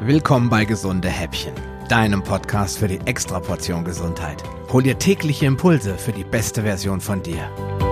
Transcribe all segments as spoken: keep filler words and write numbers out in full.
Willkommen bei Gesunde Häppchen, deinem Podcast für die Extraportion Gesundheit. Hol dir tägliche Impulse für die beste Version von dir.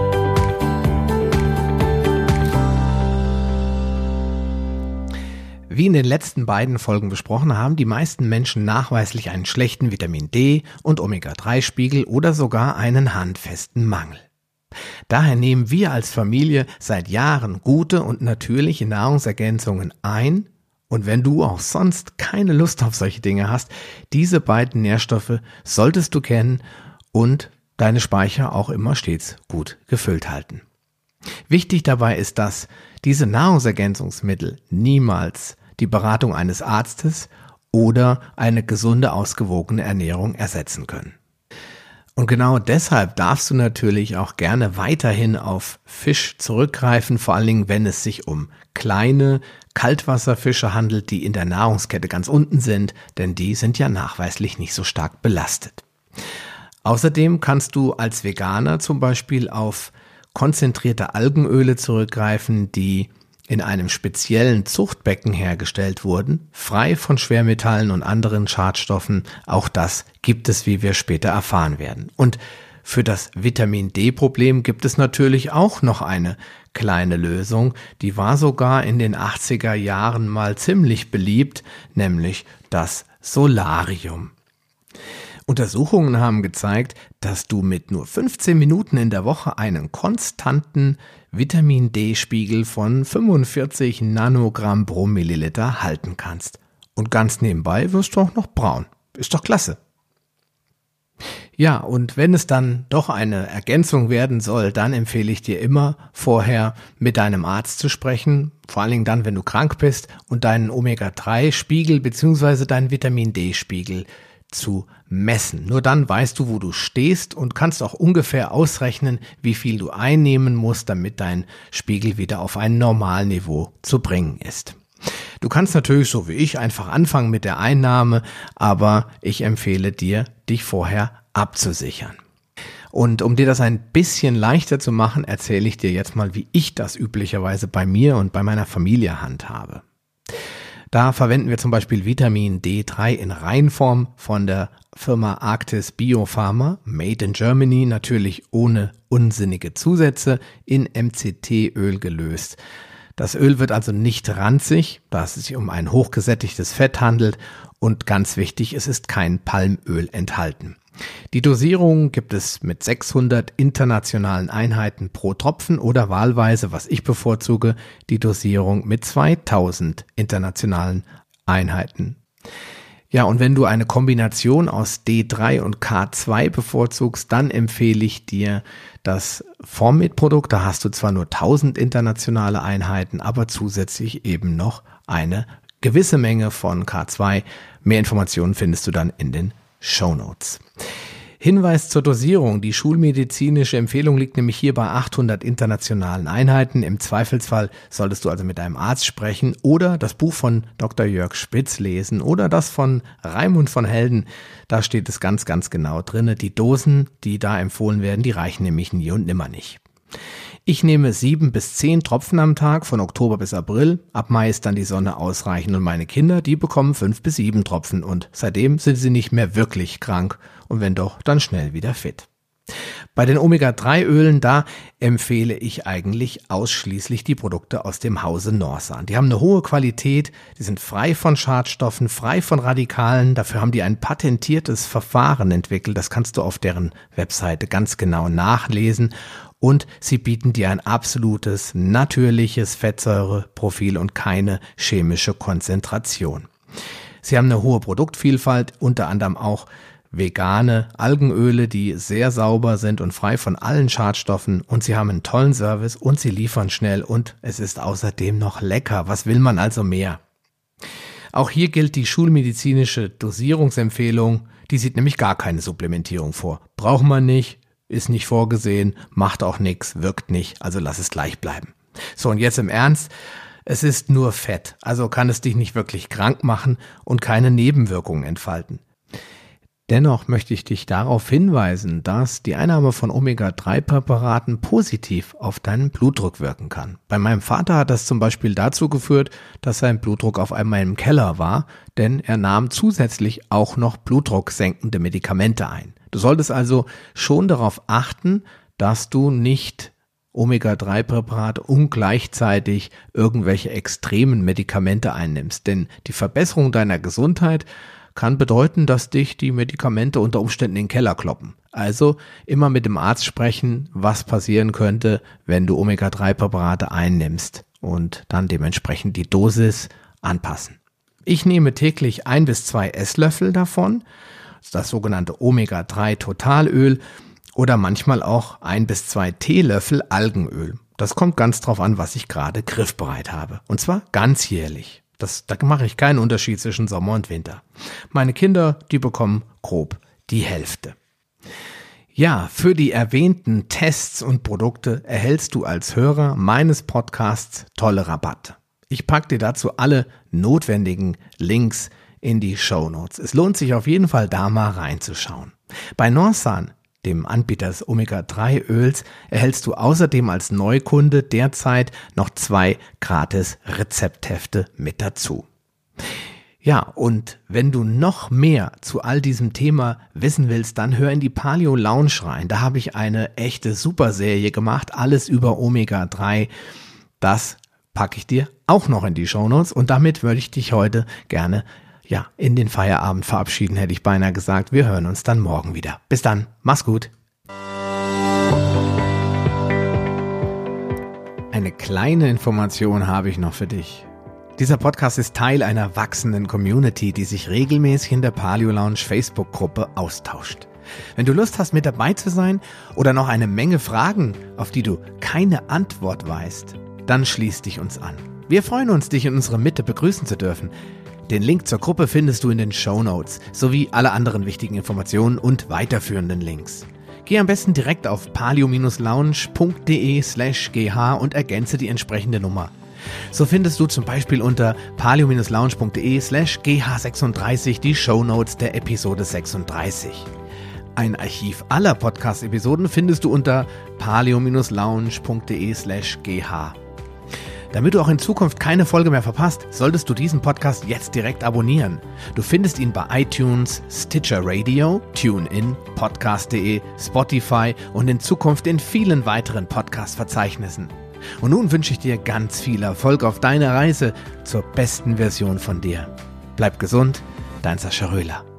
Wie in den letzten beiden Folgen besprochen, haben die meisten Menschen nachweislich einen schlechten Vitamin D- und Omega drei Spiegel oder sogar einen handfesten Mangel. Daher nehmen wir als Familie seit Jahren gute und natürliche Nahrungsergänzungen ein. Und wenn du auch sonst keine Lust auf solche Dinge hast, diese beiden Nährstoffe solltest du kennen und deine Speicher auch immer stets gut gefüllt halten. Wichtig dabei ist, dass diese Nahrungsergänzungsmittel niemals die Beratung eines Arztes oder eine gesunde, ausgewogene Ernährung ersetzen können. Und genau deshalb darfst du natürlich auch gerne weiterhin auf Fisch zurückgreifen, vor allen Dingen, wenn es sich um kleine Kaltwasserfische handelt, die in der Nahrungskette ganz unten sind, denn die sind ja nachweislich nicht so stark belastet. Außerdem kannst du als Veganer zum Beispiel auf konzentrierte Algenöle zurückgreifen, die in einem speziellen Zuchtbecken hergestellt wurden, frei von Schwermetallen und anderen Schadstoffen. Auch das gibt es, wie wir später erfahren werden. Und für das Vitamin-D-Problem gibt es natürlich auch noch eine kleine Lösung. Die war sogar in den achtziger Jahren mal ziemlich beliebt, nämlich das Solarium. Untersuchungen haben gezeigt, dass du mit nur fünfzehn Minuten in der Woche einen konstanten Vitamin-D-Spiegel von fünfundvierzig Nanogramm pro Milliliter halten kannst. Und ganz nebenbei wirst du auch noch braun. Ist doch klasse. Ja, und wenn es dann doch eine Ergänzung werden soll, dann empfehle ich dir immer vorher mit deinem Arzt zu sprechen, vor allen Dingen dann, wenn du krank bist, und deinen Omega drei Spiegel bzw. deinen Vitamin-D-Spiegel zu messen. Nur dann weißt du, wo du stehst und kannst auch ungefähr ausrechnen, wie viel du einnehmen musst, damit dein Spiegel wieder auf ein Normalniveau zu bringen ist. Du kannst natürlich so wie ich einfach anfangen mit der Einnahme, aber ich empfehle dir, dich vorher abzusichern. Und um dir das ein bisschen leichter zu machen, erzähle ich dir jetzt mal, wie ich das üblicherweise bei mir und bei meiner Familie handhabe. Da verwenden wir zum Beispiel Vitamin D drei in Reinform von der Firma Arktis Biopharma, made in Germany, natürlich ohne unsinnige Zusätze, in M C T-Öl gelöst. Das Öl wird also nicht ranzig, da es sich um ein hochgesättigtes Fett handelt, und ganz wichtig, es ist kein Palmöl enthalten. Die Dosierung gibt es mit sechshundert internationalen Einheiten pro Tropfen oder wahlweise, was ich bevorzuge, die Dosierung mit zweitausend internationalen Einheiten. Ja, und wenn du eine Kombination aus D drei und K zwei bevorzugst, dann empfehle ich dir das Formid-Produkt. Da hast du zwar nur tausend internationale Einheiten, aber zusätzlich eben noch eine gewisse Menge von K zwei. Mehr Informationen findest du dann in den Shownotes. Hinweis zur Dosierung. Die schulmedizinische Empfehlung liegt nämlich hier bei achthundert internationalen Einheiten. Im Zweifelsfall solltest du also mit einem Arzt sprechen oder das Buch von Doktor Jörg Spitz lesen oder das von Raimund von Helden. Da steht es ganz, ganz genau drin. Die Dosen, die da empfohlen werden, die reichen nämlich nie und nimmer nicht. Ich nehme sieben bis zehn Tropfen am Tag von Oktober bis April. Ab Mai ist dann die Sonne ausreichend und meine Kinder, die bekommen fünf bis sieben Tropfen und seitdem sind sie nicht mehr wirklich krank und wenn doch, dann schnell wieder fit. Bei den Omega drei Ölen, da empfehle ich eigentlich ausschließlich die Produkte aus dem Hause Norsan. Die haben eine hohe Qualität, die sind frei von Schadstoffen, frei von Radikalen, dafür haben die ein patentiertes Verfahren entwickelt, das kannst du auf deren Webseite ganz genau nachlesen. Und sie bieten dir ein absolutes, natürliches Fettsäureprofil und keine chemische Konzentration. Sie haben eine hohe Produktvielfalt, unter anderem auch vegane Algenöle, die sehr sauber sind und frei von allen Schadstoffen. Und sie haben einen tollen Service und sie liefern schnell und es ist außerdem noch lecker. Was will man also mehr? Auch hier gilt die schulmedizinische Dosierungsempfehlung. Die sieht nämlich gar keine Supplementierung vor. Braucht man nicht. Ist nicht vorgesehen, macht auch nichts, wirkt nicht, also lass es gleich bleiben. So, und jetzt im Ernst, es ist nur Fett, also kann es dich nicht wirklich krank machen und keine Nebenwirkungen entfalten. Dennoch möchte ich dich darauf hinweisen, dass die Einnahme von Omega drei Präparaten positiv auf deinen Blutdruck wirken kann. Bei meinem Vater hat das zum Beispiel dazu geführt, dass sein Blutdruck auf einmal im Keller war, denn er nahm zusätzlich auch noch blutdrucksenkende Medikamente ein. Du solltest also schon darauf achten, dass du nicht Omega drei Präparate und gleichzeitig irgendwelche extremen Medikamente einnimmst, denn die Verbesserung deiner Gesundheit kann bedeuten, dass dich die Medikamente unter Umständen in den Keller kloppen. Also immer mit dem Arzt sprechen, was passieren könnte, wenn du Omega drei Präparate einnimmst und dann dementsprechend die Dosis anpassen. Ich nehme täglich ein bis zwei Esslöffel davon, das sogenannte Omega drei Totalöl oder manchmal auch ein bis zwei Teelöffel Algenöl. Das kommt ganz drauf an, was ich gerade griffbereit habe. Und zwar ganzjährlich. Das, da mache ich keinen Unterschied zwischen Sommer und Winter. Meine Kinder, die bekommen grob die Hälfte. Ja, für die erwähnten Tests und Produkte erhältst du als Hörer meines Podcasts tolle Rabatte. Ich packe dir dazu alle notwendigen Links in die Shownotes. Es lohnt sich auf jeden Fall, da mal reinzuschauen. Bei Norsan, dem Anbieter des Omega drei Öls, erhältst du außerdem als Neukunde derzeit noch zwei gratis Rezepthefte mit dazu. Ja, und wenn du noch mehr zu all diesem Thema wissen willst, dann hör in die Paleo Lounge rein. Da habe ich eine echte Superserie gemacht, alles über Omega drei. Das packe ich dir auch noch in die Shownotes und damit würde ich dich heute gerne ja, in den Feierabend verabschieden, hätte ich beinahe gesagt. Wir hören uns dann morgen wieder. Bis dann, mach's gut. Eine kleine Information habe ich noch für dich. Dieser Podcast ist Teil einer wachsenden Community, die sich regelmäßig in der Paleo Lounge Facebook-Gruppe austauscht. Wenn du Lust hast, mit dabei zu sein oder noch eine Menge Fragen, auf die du keine Antwort weißt, dann schließ dich uns an. Wir freuen uns, dich in unserer Mitte begrüßen zu dürfen. Den Link zur Gruppe findest du in den Shownotes sowie alle anderen wichtigen Informationen und weiterführenden Links. Geh am besten direkt auf paleo-lounge.de slash gh und ergänze die entsprechende Nummer. So findest du zum Beispiel unter paleo-lounge.de slash gh36 die Shownotes der Episode sechsunddreißig. Ein Archiv aller Podcast-Episoden findest du unter paleo-lounge.de slash gh. Damit du auch in Zukunft keine Folge mehr verpasst, solltest du diesen Podcast jetzt direkt abonnieren. Du findest ihn bei iTunes, Stitcher Radio, TuneIn, podcast punkt de, Spotify und in Zukunft in vielen weiteren Podcast-Verzeichnissen. Und nun wünsche ich dir ganz viel Erfolg auf deiner Reise zur besten Version von dir. Bleib gesund, dein Sascha Röhler.